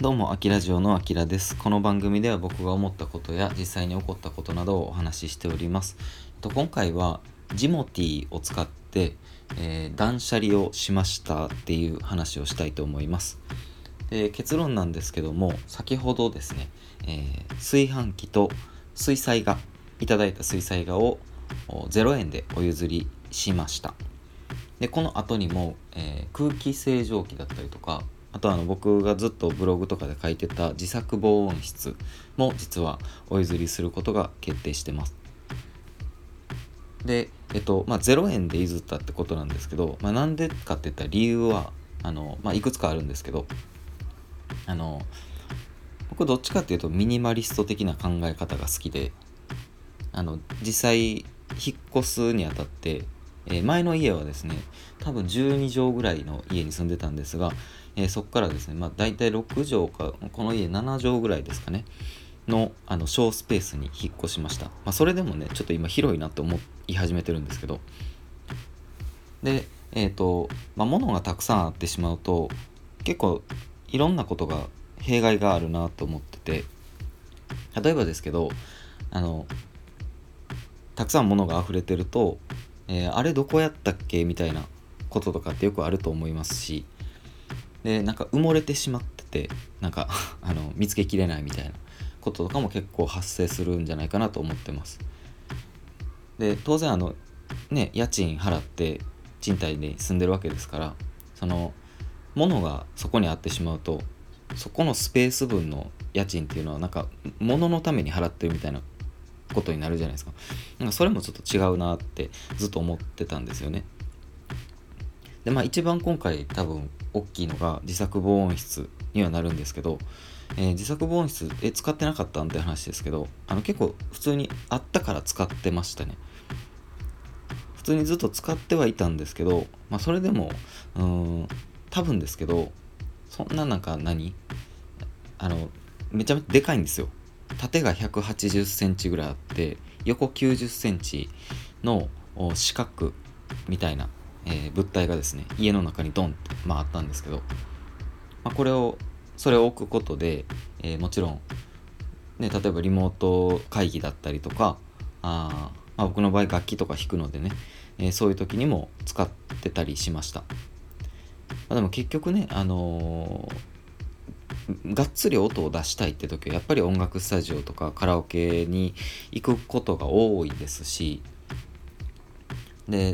どうも、あきラジオのあきらです。この番組では僕が思ったことや実際に起こったことなどをお話ししております。今回はジモティーを使って、断捨離をしましたっていう話をしたいと思います。結論なんですけども、先ほどですね、炊飯器と水彩画、いただいた水彩画を0円でお譲りしました。でこの後にも、空気清浄機だったりとか、あと僕がずっとブログとかで書いてた自作防音室も実はお譲りすることが決定してます。で0円で譲ったってことなんですけど、なんでかっていったら理由はいくつかあるんですけど、僕どっちかっていうとミニマリスト的な考え方が好きで、実際引っ越すにあたって、前の家はですね、多分12畳ぐらいの家に住んでたんですが、そこからですね、だいたい6畳か、この家7畳ぐらいですかねの小スペースに引っ越しました。それでもね、ちょっと今広いなと思い始めてるんですけど、で物がたくさんあってしまうと結構いろんなことが弊害があるなと思ってて、例えばですけど、たくさん物が溢れてると、あれどこやったっけみたいなこととかってよくあると思いますし、でなんか埋もれてしまってて、なんか見つけきれないみたいなこととかも結構発生するんじゃないかなと思ってます。で当然家賃払って賃貸に住んでるわけですから、その物がそこにあってしまうと、そこのスペース分の家賃っていうのはなんか物のために払ってるみたいなことになるじゃないですか。なんかそれもちょっと違うなってずっと思ってたんですよね。で一番今回多分大きいのが自作防音室にはなるんですけど、自作防音室使ってなかったんって話ですけど、結構普通にあったから使ってましたね。普通にずっと使ってはいたんですけど、それでも多分ですけど、そんななんかめちゃめちゃでかいんですよ。縦が180センチぐらいあって、横90センチの四角みたいな、物体がですね、家の中にドンって、あったんですけど、それを置くことで、もちろん、ね、例えばリモート会議だったりとか、僕の場合楽器とか弾くのでね、そういう時にも使ってたりしました。でも結局ね、がっつり音を出したいって時はやっぱり音楽スタジオとかカラオケに行くことが多いですし、で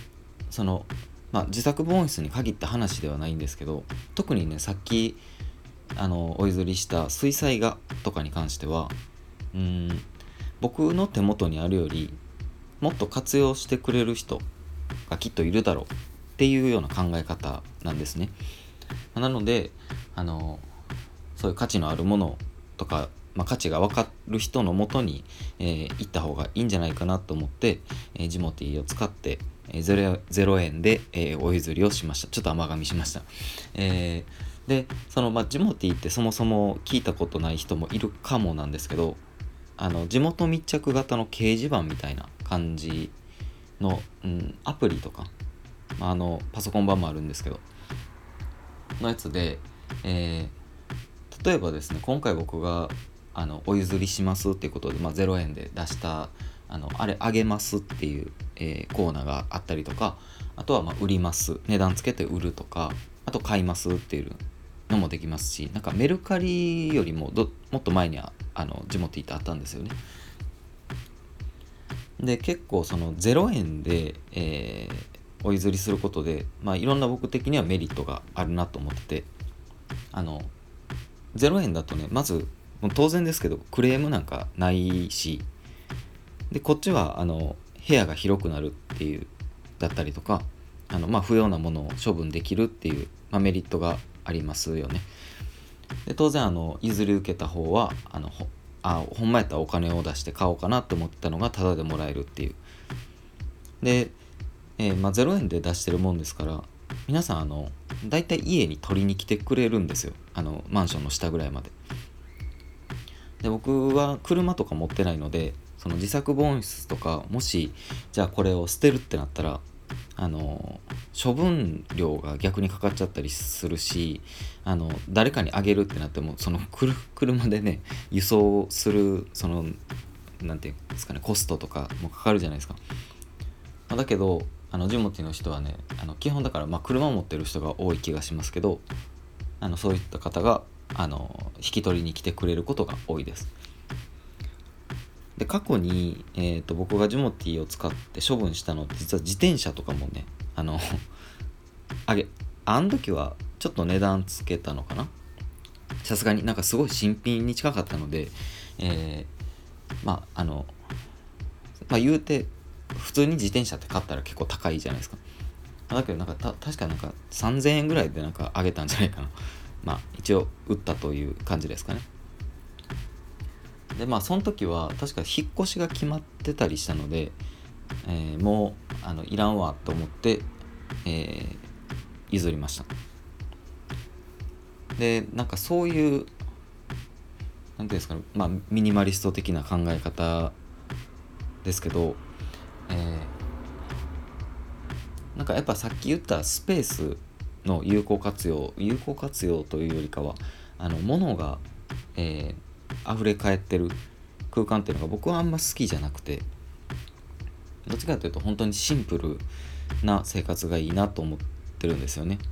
自作防音室に限った話ではないんですけど、特にね、さっきお譲りした水彩画とかに関しては、僕の手元にあるよりもっと活用してくれる人がきっといるだろうっていうような考え方なんですね。なのでそういう価値のあるものとか、価値が分かる人のもとに、行った方がいいんじゃないかなと思って、ジモティーを使って、0円で、お譲りをしました。ちょっと甘噛みしました。でジモティーってそもそも聞いたことない人もいるかもなんですけど、地元密着型の掲示板みたいな感じの、アプリとか、パソコン版もあるんですけどのやつで、例えばですね、今回僕がお譲りしますっていうことで、0円で出したあれあげますっていう、コーナーがあったりとか、あとは売ります、値段つけて売るとか、あと買いますっていうのもできますし、なんかメルカリよりももっと前にはジモティーってあったんですよね。で結構その0円で、お譲りすることで、いろんな僕的にはメリットがあるなと思ってて、0円だとね、まずもう当然ですけどクレームなんかないし、でこっちは部屋が広くなるっていうだったりとか、不要なものを処分できるっていう、メリットがありますよね。で当然譲り受けた方はほんまやったらお金を出して買おうかなと思ったのがタダでもらえるっていう。で、0円で出してるもんですから、皆さんだいたい家に取りに来てくれるんですよ、マンションの下ぐらいまで。で僕は車とか持ってないので、その自作防音室とか、もしじゃあこれを捨てるってなったら、 処分料が逆にかかっちゃったりするし、誰かにあげるってなってもその車でね輸送するそのなんていうんですかね、コストとかもかかるじゃないですか。だけどジモティーの人はね基本だから、車を持ってる人が多い気がしますけど、そういった方が引き取りに来てくれることが多いです。で過去に、僕がジモティーを使って処分したのって実は自転車とかもねあん時はちょっと値段つけたのかな、さすがになんかすごい新品に近かったので、言うて普通に自転車って買ったら結構高いじゃないですか。だけど確か3000円ぐらいで上げたんじゃないかな。一応売ったという感じですかね。でその時は確か引っ越しが決まってたりしたので、もういらんわと思って、譲りました。でそういうなんていうんですかね、ミニマリスト的な考え方ですけど、やっぱさっき言ったスペースの有効活用というよりかは物が、溢れ返ってる空間っていうのが僕はあんま好きじゃなくて、どっちかというと本当にシンプルな生活がいいなと思ってるんですよね。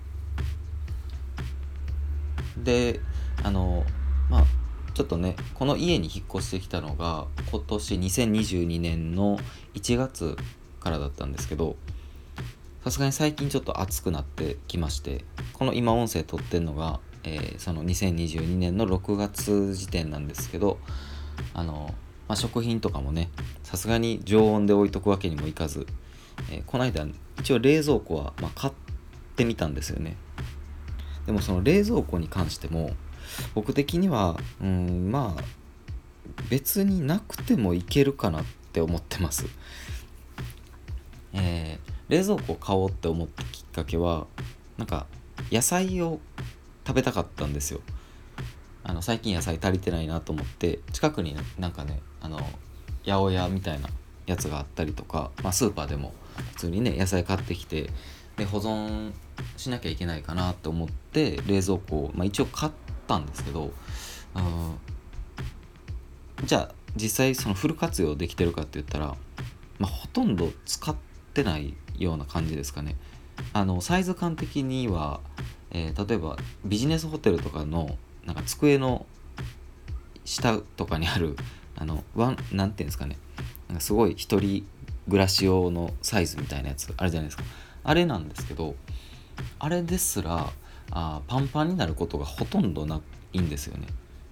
でちょっとねこの家に引っ越してきたのが今年2022年の1月からだったんですけど、さすがに最近ちょっと暑くなってきまして、この今音声撮ってんのが、その2022年の6月時点なんですけど、食品とかもねさすがに常温で置いとくわけにもいかず、この間一応冷蔵庫は、買ってみたんですよね。でもその冷蔵庫に関しても僕的には別になくてもいけるかなって思ってます。冷蔵庫を買おうって思ったきっかけは野菜を食べたかったんですよ。最近野菜足りてないなと思って近くに八百屋みたいなやつがあったりとか、スーパーでも普通にね野菜買ってきてで保存しなきゃいけないかなと思って冷蔵庫を、一応買ったんですけど、じゃあ実際そのフル活用できてるかって言ったら、ほとんど使ってないような感じですかね。サイズ感的には、例えばビジネスホテルとかの机の下とかにあるなんていうんですかね、すごい一人暮らし用のサイズみたいなやつあるじゃないですか。あれなんですけど、あれですらパンパンになることがほとんどないんですよね。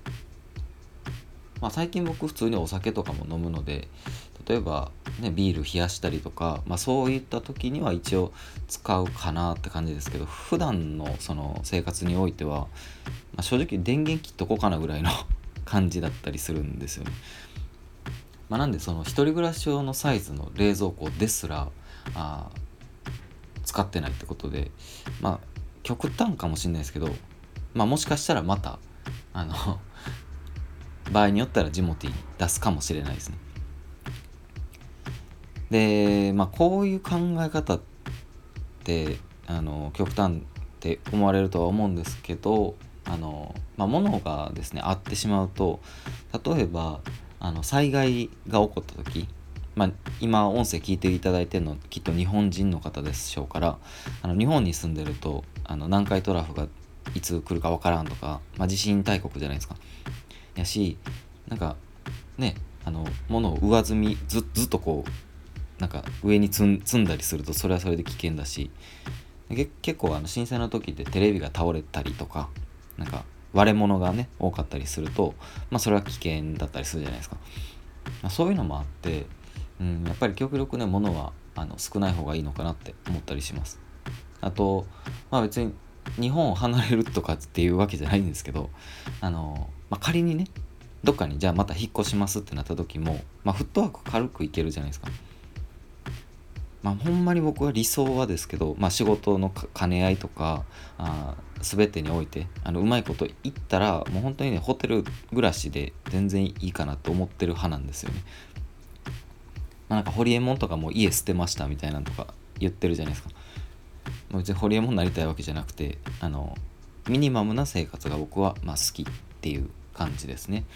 最近僕普通にお酒とかも飲むので、例えば、ビール冷やしたりとか、そういった時には一応使うかなって感じですけど、普段のその生活においては、正直電源切っとこうかなぐらいの感じだったりするんですよね。なんでその一人暮らし用のサイズの冷蔵庫ですら使ってないってことで、極端かもしれないですけど、もしかしたらまた場合によったらジモティーに出すかもしれないですね。でこういう考え方って極端って思われるとは思うんですけど、物がですねあってしまうと、例えば災害が起こった時、今音声聞いていただいてるのきっと日本人の方でしょうから、日本に住んでると南海トラフがいつ来るかわからんとか、地震大国じゃないですか。やし物を上積みずっとこう上に積んだりするとそれはそれで危険だし、結構震災の時ってテレビが倒れたりとか割れ物がね多かったりすると、それは危険だったりするじゃないですか。そういうのもあって、やっぱり極力ね物は少ない方がいいのかなって思ったりします。あと別に日本を離れるとかっていうわけじゃないんですけど、仮にねどっかにじゃあまた引っ越しますってなった時も、フットワーク軽くいけるじゃないですか。ほんまに僕は理想はですけど、仕事の兼ね合いとか全てにおいてうまいこと言ったらもう本当にねホテル暮らしで全然いいかなと思ってる派なんですよね。ホリエモンとかも家捨てましたみたいなのとか言ってるじゃないですか。 別にホリエモンになりたいわけじゃなくて、ミニマムな生活が僕は好きっていう感じですね。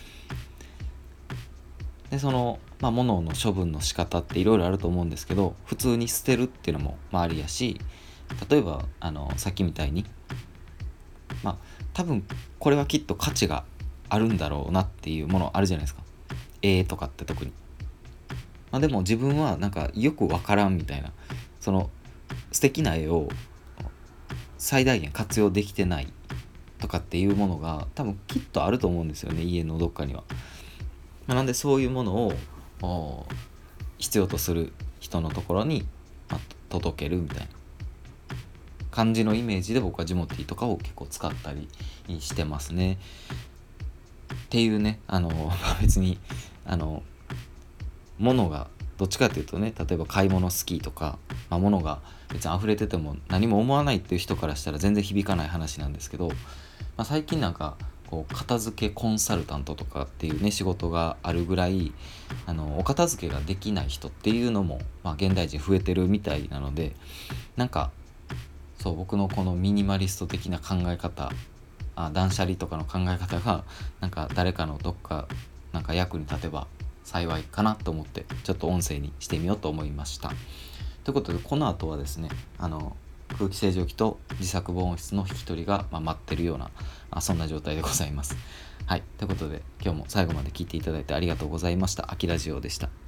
でその、物の処分の仕方っていろいろあると思うんですけど、普通に捨てるっていうのもありやし、例えばさっきみたいに多分これはきっと価値があるんだろうなっていうものあるじゃないですか。絵とかって特に。でも自分はなんかよくわからんみたいな、その素敵な絵を最大限活用できてないとかっていうものが多分きっとあると思うんですよね、家のどっかには。なんでそういうものを必要とする人のところに、届けるみたいな感じのイメージで僕はジモティーとかを結構使ったりしてますね。っていうね、別に物がどっちかというとね、例えば買い物好きとか、物が別に溢れてても何も思わないっていう人からしたら全然響かない話なんですけど、最近なんかこう片付けコンサルタントとかっていうね仕事があるぐらい、お片付けができない人っていうのも、現代人増えてるみたいなので、なんかそう僕のこのミニマリスト的な考え方、断捨離とかの考え方がなんか誰かのどっかなんか役に立てば幸いかなと思ってちょっと音声にしてみようと思いました。ということでこの後はですね、空気清浄機と自作防音室の引き取りが待ってるような、そんな状態でございます。はい、ということで今日も最後まで聞いていただいてありがとうございました。あきラジオでした。